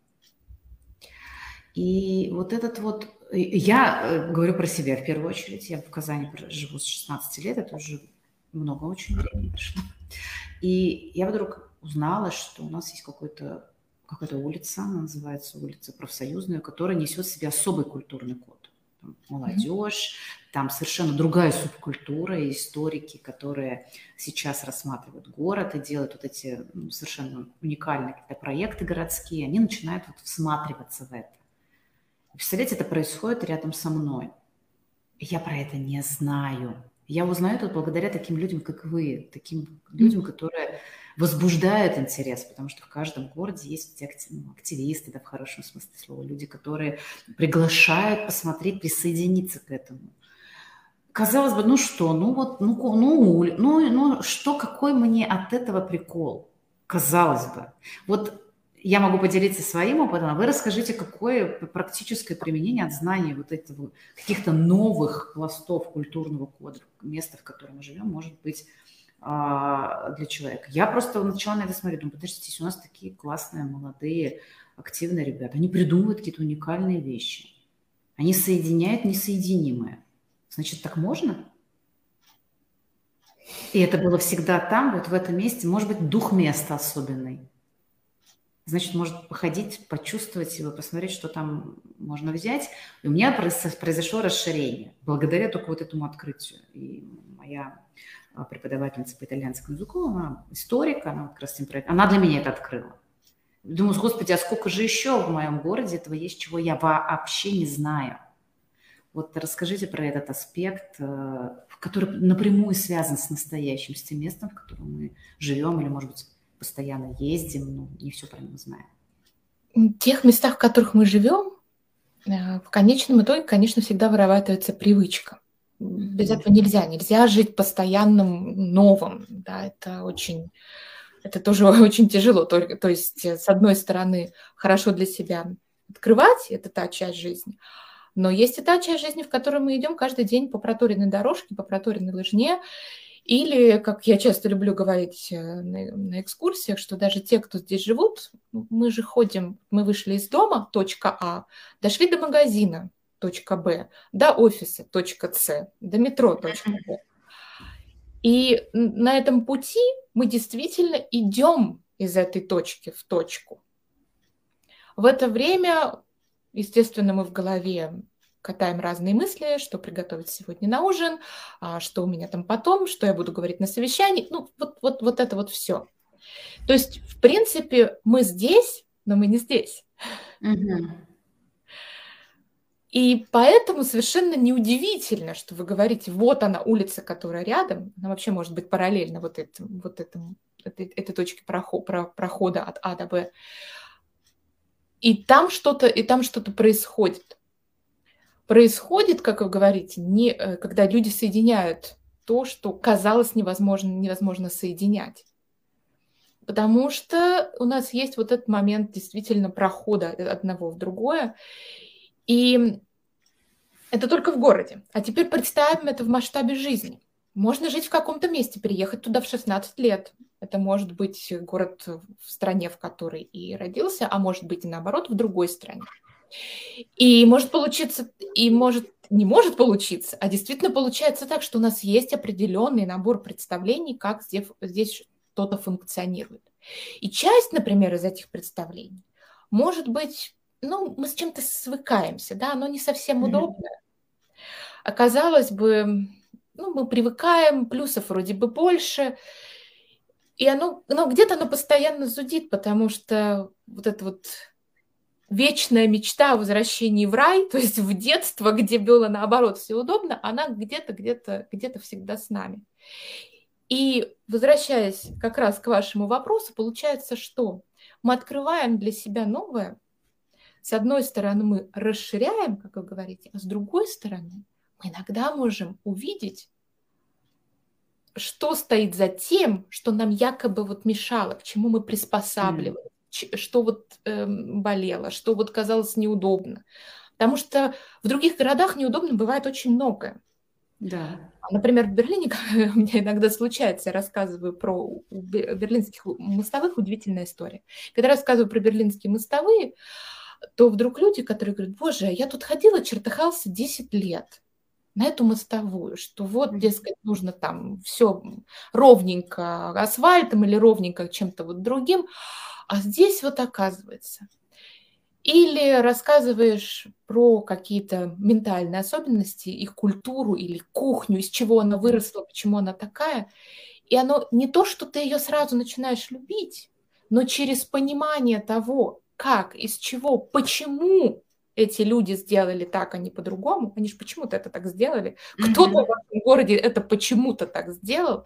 И вот этот вот... Я говорю про себя в первую очередь. Я в Казани живу с шестнадцати лет, это уже много очень времени прошло. И я вдруг узнала, что у нас есть какой-то, какая-то улица, она называется улица Профсоюзная, которая несет в себе особый культурный код. Там молодежь, там совершенно другая субкультура, и историки, которые сейчас рассматривают город и делают вот эти ну, совершенно уникальные какие-то проекты городские, они начинают вот всматриваться в это. Представляете, это происходит рядом со мной. Я про это не знаю. Я узнаю это благодаря таким людям, как вы, таким людям, которые возбуждают интерес, потому что в каждом городе есть активисты, да, в хорошем смысле слова, люди, которые приглашают посмотреть, присоединиться к этому. Казалось бы, ну что, ну вот, ну, ну, ну, ну что, какой мне от этого прикол? Казалось бы. Вот я могу поделиться своим опытом, а вы расскажите, какое практическое применение от знания вот этого, каких-то новых пластов культурного кода, места, в котором мы живем, может быть а, для человека. Я просто начала на это смотреть, думаю, подождите, у нас такие классные, молодые, активные ребята, они придумывают какие-то уникальные вещи, они соединяют несоединимое. Значит, так можно? И это было всегда там, вот в этом месте, может быть, дух места особенный. Значит, может походить, почувствовать его, посмотреть, что там можно взять. И у меня произошло расширение благодаря только вот этому открытию. И моя преподавательница по итальянскому языку, она историк, она как раз она для меня это открыла. Думаю, господи, а сколько же еще в моем городе этого есть, чего я вообще не знаю. Вот расскажите про этот аспект, который напрямую связан с настоящим, с тем местом, в котором мы живем, или, может быть, постоянно ездим, но не все про него знаем. В тех местах, в которых мы живем, в конечном итоге, конечно, всегда вырабатывается привычка. Без этого нельзя. Нельзя жить постоянным новым. Да, это очень, это тоже очень тяжело. То, то есть, с одной стороны, хорошо для себя открывать, это та часть жизни, но есть и та часть жизни, в которой мы идем каждый день по проторенной дорожке, по проторенной лыжне. Или, как я часто люблю говорить на, на экскурсиях, что даже те, кто здесь живут, мы же ходим, мы вышли из дома, точка А, дошли до магазина, точка Б, до офиса, точка С, до метро, точка Б. И на этом пути мы действительно идем из этой точки в точку. В это время, естественно, мы в голове катаем разные мысли, что приготовить сегодня на ужин, что у меня там потом, что я буду говорить на совещании. Ну, вот, вот, вот это вот все. То есть, в принципе, мы здесь, но мы не здесь. Угу. И поэтому совершенно неудивительно, что вы говорите, вот она, улица, которая рядом, она вообще может быть параллельно вот, этому, вот этому, этой, этой точке прохода, прохода от А до Б. И там что-то, и там что-то происходит. Происходит, как вы говорите, не, когда люди соединяют то, что казалось невозможно, невозможно соединять. Потому что у нас есть вот этот момент действительно прохода от одного в другое. И это только в городе. А теперь представим это в масштабе жизни. Можно жить в каком-то месте, переехать туда в шестнадцать лет. Это может быть город в стране, в которой и родился, а может быть и наоборот, в другой стране. И может получиться, и может, не может получиться, а действительно получается так, что у нас есть определенный набор представлений, как здесь, здесь что-то функционирует. И часть, например, из этих представлений может быть, ну, мы с чем-то свыкаемся, да, оно не совсем удобное. Оказалось бы, ну, мы привыкаем, плюсов вроде бы больше, и оно, оно где-то оно постоянно зудит, потому что вот это вот вечная мечта о возвращении в рай, то есть в детство, где было наоборот все удобно, она где-то, где-то, где-то всегда с нами. И возвращаясь как раз к вашему вопросу, получается, что мы открываем для себя новое. С одной стороны, мы расширяем, как вы говорите, а с другой стороны, мы иногда можем увидеть, что стоит за тем, что нам якобы вот мешало, к чему мы приспосабливаем. что вот э, болело, что вот казалось неудобно. Потому что в других городах неудобно бывает очень многое. Да. Например, в Берлине, у меня иногда случается, я рассказываю про берлинских мостовых, удивительная история. Когда я рассказываю про берлинские мостовые, то вдруг люди, которые говорят: боже, я тут ходила, чертыхался десять лет на эту мостовую, что вот, дескать, нужно там все ровненько асфальтом или ровненько чем-то вот другим, а здесь вот оказывается. Или рассказываешь про какие-то ментальные особенности, их культуру или кухню, из чего она выросла, почему она такая. И оно не то, что ты ее сразу начинаешь любить, но через понимание того, как, из чего, почему эти люди сделали так, а не по-другому. Они же почему-то это так сделали. Кто-то в этом городе это почему-то так сделал.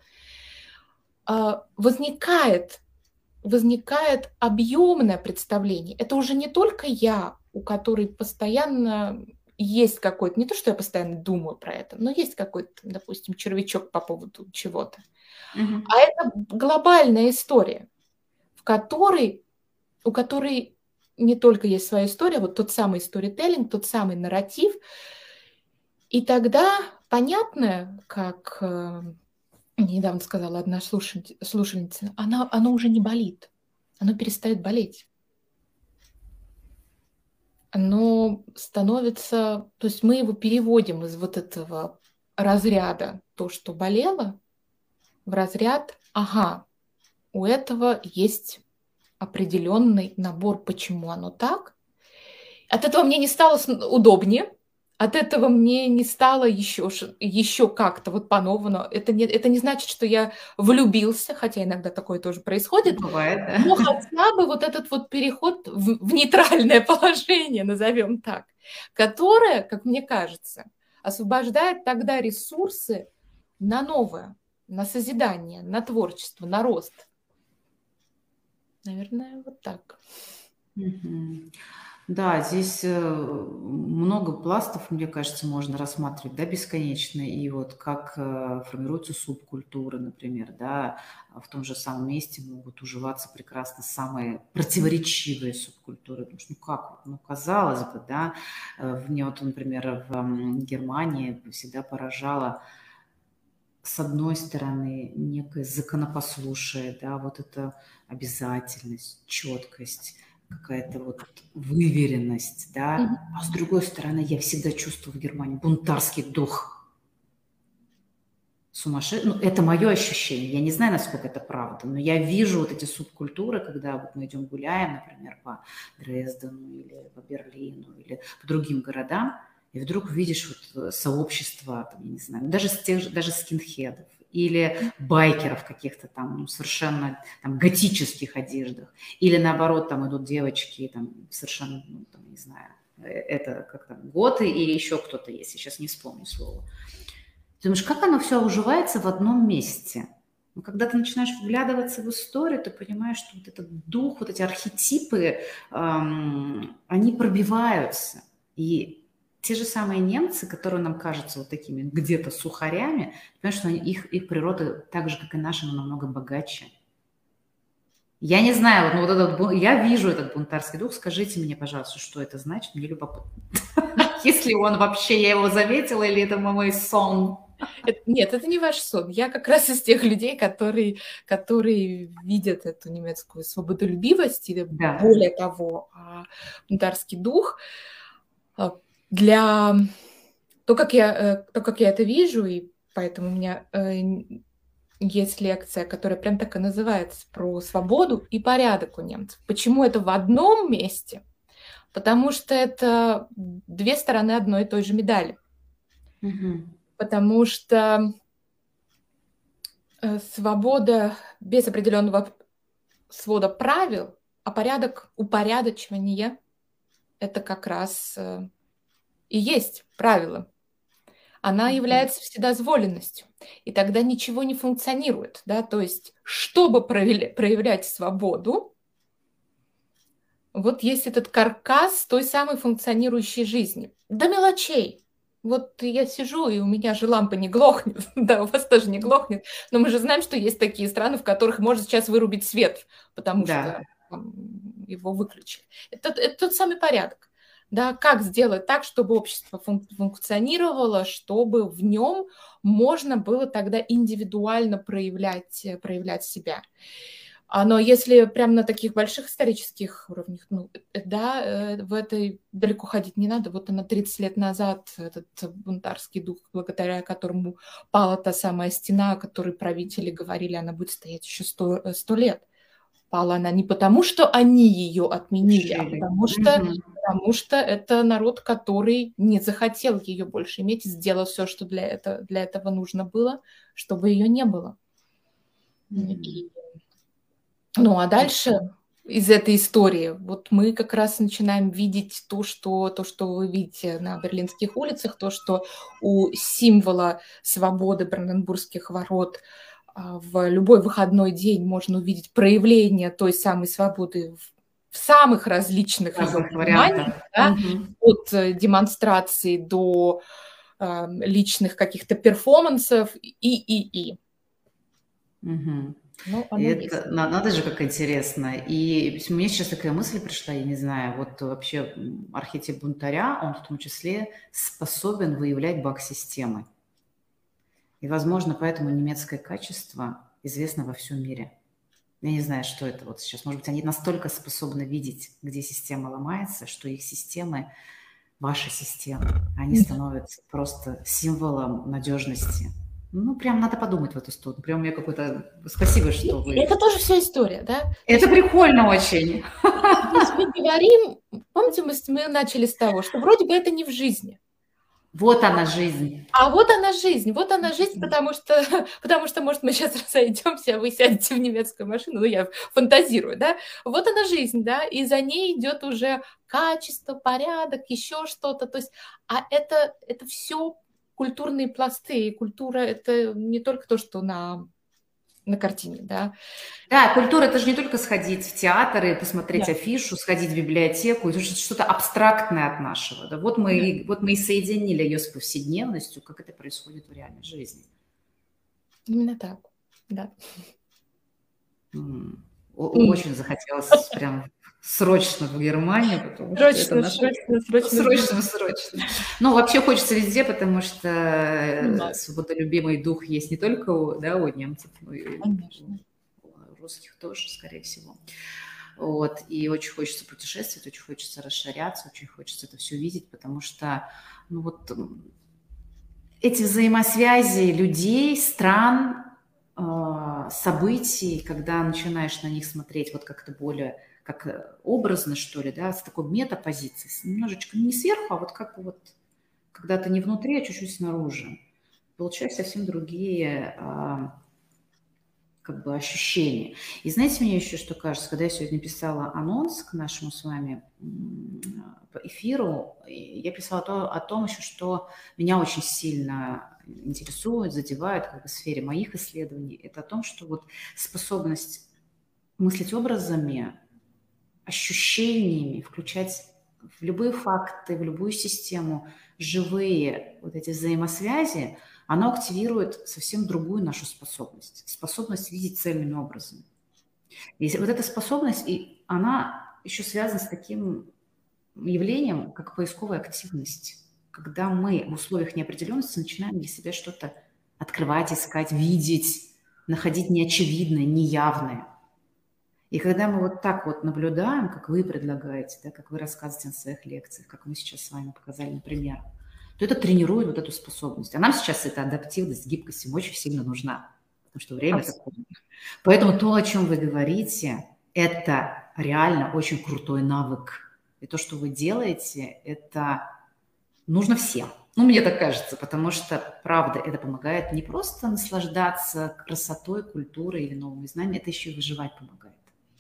Возникает возникает объемное представление. Это уже не только я, у которой постоянно есть какой-то, не то, что я постоянно думаю про это, но есть какой-то, допустим, червячок по поводу чего-то. Mm-hmm. А это глобальная история, в которой, у которой не только есть своя история, вот тот самый сторителлинг, тот самый нарратив. И тогда понятно, как недавно сказала одна слушательница, она, оно уже не болит, оно перестает болеть. Оно становится, то есть мы его переводим из вот этого разряда, то, что болело, в разряд, ага, у этого есть определенный набор, почему оно так. От этого мне не стало удобнее. От этого мне не стало еще, еще как-то вот по-новому. Это не, это не значит, что я влюбился, хотя иногда такое тоже происходит. Бывает, да. Но хотя бы вот этот вот переход в, в нейтральное положение, назовем так, которое, как мне кажется, освобождает тогда ресурсы на новое, на созидание, на творчество, на рост. Наверное, вот так. Mm-hmm. Да, здесь много пластов, мне кажется, можно рассматривать, да, бесконечно. И вот как формируются субкультуры, например, да, в том же самом месте могут уживаться прекрасно самые противоречивые субкультуры. Потому что, ну как, ну казалось бы, да, мне вот, например, в Германии всегда поражало, с одной стороны, некое законопослушие, да, вот эта обязательность, четкость, какая-то вот выверенность, да, mm-hmm. а с другой стороны, я всегда чувствую в Германии бунтарский дух. Сумасшедший. Ну, это мое ощущение. Я не знаю, насколько это правда, но я вижу вот эти субкультуры, когда вот мы идем гуляем, например, по Дрездену или по Берлину или по другим городам, и вдруг видишь вот сообщество, там, я не знаю, даже, с тех, даже скинхедов или байкеров каких-то там, ну, совершенно там готических одеждах, или наоборот, там идут девочки, там, совершенно, ну, там, не знаю, это как там, готы или еще кто-то есть, я сейчас не вспомню слово. Ты думаешь, как оно все уживается в одном месте? Но когда ты начинаешь вглядываться в историю, ты понимаешь, что вот этот дух, вот эти архетипы, эм, они пробиваются. И те же самые немцы, которые нам кажутся вот такими где-то сухарями, понимаешь, что они, их, их природа так же, как и наша, но намного богаче. Я не знаю, но вот этот, я вижу этот бунтарский дух. Скажите мне, пожалуйста, что это значит? Мне любопытно. Если он вообще, я его заметила, или это мой сон? Нет, это не ваш сон. Я как раз из тех людей, которые, которые видят эту немецкую свободолюбивость, и да. Более того, бунтарский дух. Для то, как я, то, как я это вижу, и поэтому у меня есть лекция, которая прям так и называется, про свободу и порядок у немцев. Почему это в одном месте? Потому что это две стороны одной и той же медали. Mm-hmm. Потому что свобода без определенного свода правил, а порядок, упорядочивание – это как раз и есть правило. Она является вседозволенностью, и тогда ничего не функционирует. Да? То есть, чтобы проявлять свободу, вот есть этот каркас той самой функционирующей жизни. До мелочей. Вот я сижу, и у меня же лампа не глохнет. Да, у вас тоже не глохнет. Но мы же знаем, что есть такие страны, в которых можно сейчас вырубить свет, потому да. что там, его выключили. Это, это тот самый порядок. Да, как сделать так, чтобы общество фун- функционировало, чтобы в нем можно было тогда индивидуально проявлять, проявлять себя. А, Но если прям на таких больших исторических уровнях, ну, э, да, э, в этой далеко ходить не надо. Вот она тридцать лет назад, этот бунтарский дух, благодаря которому пала та самая стена, о которой правители говорили, она будет стоять еще сто, э, сто лет. Пала она не потому, что они ее отменили, а Решили. потому что, Мгм. потому что это народ, который не захотел ее больше иметь и сделал все, что для, это, для этого нужно было, чтобы ее не было. Мгм. И, ну, а дальше из этой истории вот мы как раз начинаем видеть то, что, то, что вы видите на берлинских улицах, то, что у символа свободы Бранденбургских ворот а, в любой выходной день можно увидеть проявление той самой свободы в, в самых различных ее Разных пониманиях, вариантах. да, Мгм. от э, демонстраций до э, личных каких-то перформансов и, и, и. Мгм. Ну, И оно есть. это на- надо же, как интересно. И мне сейчас такая мысль пришла, я не знаю, вот вообще м, архетип бунтаря, он в том числе способен выявлять баг системы. И, возможно, поэтому немецкое качество известно во всем мире. Я не знаю, что это вот сейчас. Может быть, они настолько способны видеть, где система ломается, что их системы, ваши системы, они Да. становятся просто символом надежности. Ну, прям надо подумать в эту сторону. Прям у меня какой-то... Спасибо, что И вы... это тоже вся история, да? То Это есть мы, прикольно очень. то есть мы говорим, помните, мы, с- мы начали с того, что вроде бы это не в жизни. Вот она жизнь. А вот она жизнь, вот она жизнь, потому что, потому что, может, мы сейчас разойдемся, а вы сядете в немецкую машину, ну, я фантазирую, да? Вот она жизнь, да, и за ней идет уже качество, порядок, еще что-то, то есть, а это, это все культурные пласты, и культура – это не только то, что на, на картине, да? Да, культура – это же не только сходить в театр и посмотреть Да, афишу, сходить в библиотеку. Это же что-то абстрактное от нашего. Да? Вот, мы, да, и- вот мы и соединили ее с повседневностью, как это происходит в реальной жизни. именно так, да. М. О- М. Очень захотелось прям срочно в Германию, потому что это Срочно, наше... срочно, срочно Срочно, сбежать. срочно. Ну, вообще хочется везде, потому что э, Понимаю, свободолюбимый дух есть не только у, да, у немцев, но и конечно. у русских тоже, скорее всего. Вот. И очень хочется путешествовать, очень хочется расширяться, очень хочется это все видеть, потому что, ну вот, м, эти взаимосвязи людей, стран, э, событий, когда начинаешь на них смотреть вот как-то более как э, образно, что ли, да, с такой метапозиции, с- немножечко не сверху, а вот как бы вот, когда ты не внутри, а чуть-чуть снаружи, получаешь совсем другие а, как бы ощущения. И знаете, мне еще что кажется, когда я сегодня писала анонс к нашему с вами м, по эфиру, и я писала то, о том еще, что меня очень сильно интересует, задевает как бы в сфере моих исследований, это о том, что вот способность мыслить образами, ощущениями, включать в любые факты, в любую систему живые вот эти взаимосвязи, оно активирует совсем другую нашу способность. Способность видеть цельными образами. И вот эта способность, и она еще связана с таким явлением, как поисковая активность. Когда мы в условиях неопределенности начинаем для себя что-то открывать, искать, видеть, находить неочевидное, неявное. И когда мы вот так вот наблюдаем, как вы предлагаете, да, как вы рассказываете на своих лекциях, как мы сейчас с вами показали на примерах, то это тренирует вот эту способность. А нам сейчас эта адаптивность, гибкость им очень сильно нужна, потому что время такое. Поэтому то, о чем вы говорите, это реально очень крутой навык. И то, что вы делаете, это нужно всем. Ну, мне так кажется, потому что, правда, это помогает не просто наслаждаться красотой, культурой или новыми знаниями, это еще и выживать помогает.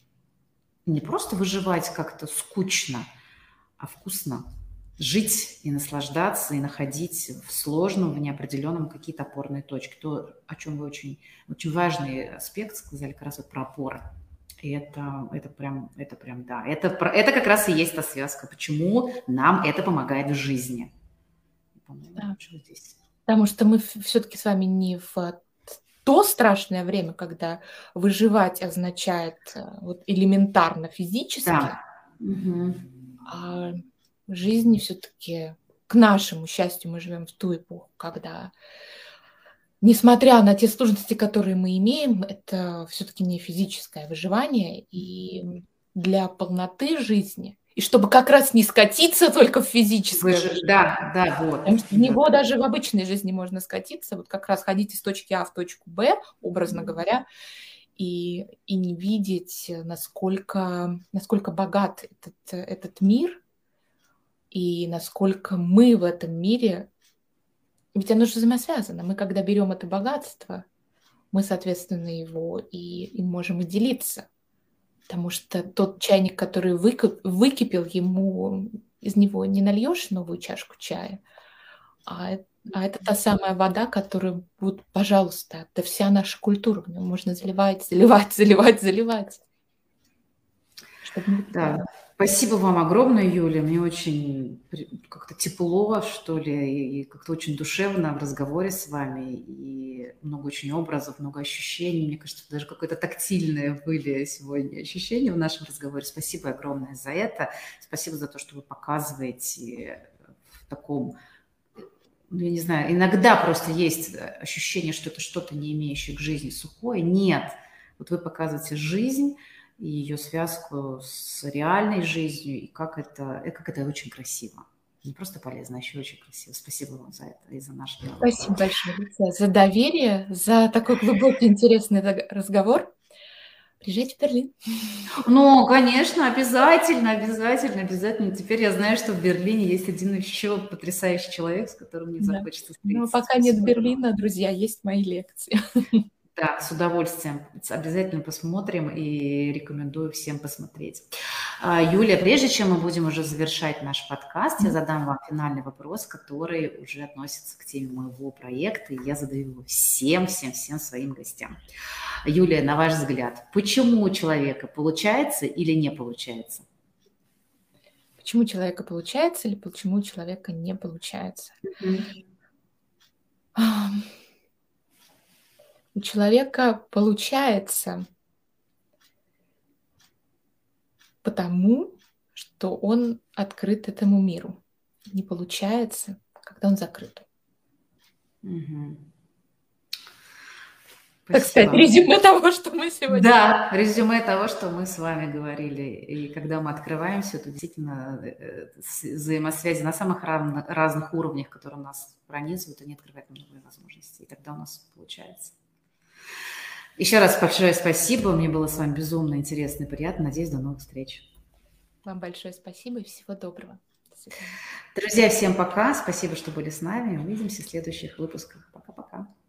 Не просто выживать как-то скучно, а вкусно. Жить и наслаждаться, и находить в сложном, в неопределенном какие-то опорные точки. То, о чем вы очень, очень важный аспект сказали, как раз вот про опоры. И это, это прям, это прям, да. Это, это как раз и есть та связка, почему нам это помогает в жизни. По-моему, Да. что здесь? Потому что мы все-таки с вами не в то страшное время, когда выживать означает вот элементарно физически, Да. Угу. а жизни все-таки, к нашему счастью, мы живем в ту эпоху, когда, несмотря на те сложности, которые мы имеем, это все-таки не физическое выживание, и для полноты жизни, и чтобы как раз не скатиться только в физическое Выжи... выживание. Да, да, вот. Потому что в него даже в обычной жизни можно скатиться, вот как раз ходить из точки А в точку Б, образно говоря, и, и не видеть, насколько, насколько богат этот, этот мир, и насколько мы в этом мире, ведь оно же взаимосвязано. Мы, когда берем это богатство, мы, соответственно, его и, и можем и делиться. Потому что тот чайник, который выкип, выкипел, ему из него не нальешь новую чашку чая, а, а это та самая вода, которую, вот, пожалуйста, это вся наша культура. В нем можно заливать, заливать, заливать, заливать. Чтобы... Да. Спасибо вам огромное, Юля. Мне очень как-то тепло, что ли, и как-то очень душевно в разговоре с вами. И много очень образов, много ощущений. Мне кажется, даже какое-то тактильное были сегодня ощущения в нашем разговоре. Спасибо огромное за это. Спасибо за то, что вы показываете в таком... Я не знаю, иногда просто есть ощущение, что это что-то, не имеющее к жизни, сухое. Нет. Вот вы показываете жизнь и ее связку с реальной жизнью, и как это, и как это очень красиво. Не просто полезно, а еще очень красиво. Спасибо вам за это и за наш диалог. Спасибо большое, Люция, за доверие, за такой глубокий, интересный разговор. Приезжайте в Берлин. Ну, конечно, обязательно, обязательно, обязательно. Теперь я знаю, что в Берлине есть один еще потрясающий человек, с которым мне Да. захочется встретиться. Но пока нет Берлина, друзья, есть мои лекции. Да, с удовольствием. Обязательно посмотрим и рекомендую всем посмотреть. Юлия, прежде чем мы будем уже завершать наш подкаст, я задам вам финальный вопрос, который уже относится к теме моего проекта, и я задаю его всем, всем, всем своим гостям. Юлия, на ваш взгляд, почему у человека получается или не получается? Почему у человека получается или почему у человека не получается? Mm-hmm. У человека получается потому, что он открыт этому миру. Не получается, когда он закрыт. Угу. Так сказать, резюме того, что мы сегодня... Да, резюме того, что мы с вами говорили. И когда мы открываемся, то действительно взаимосвязи на самых разных уровнях, которые нас пронизывают, они открывают новые возможности. И тогда у нас получается. Еще раз большое спасибо. Мне было с вами безумно интересно и приятно. Надеюсь, до новых встреч. Вам большое спасибо и всего доброго. До свидания. Друзья, всем пока. Спасибо, что были с нами. Увидимся в следующих выпусках. Пока-пока.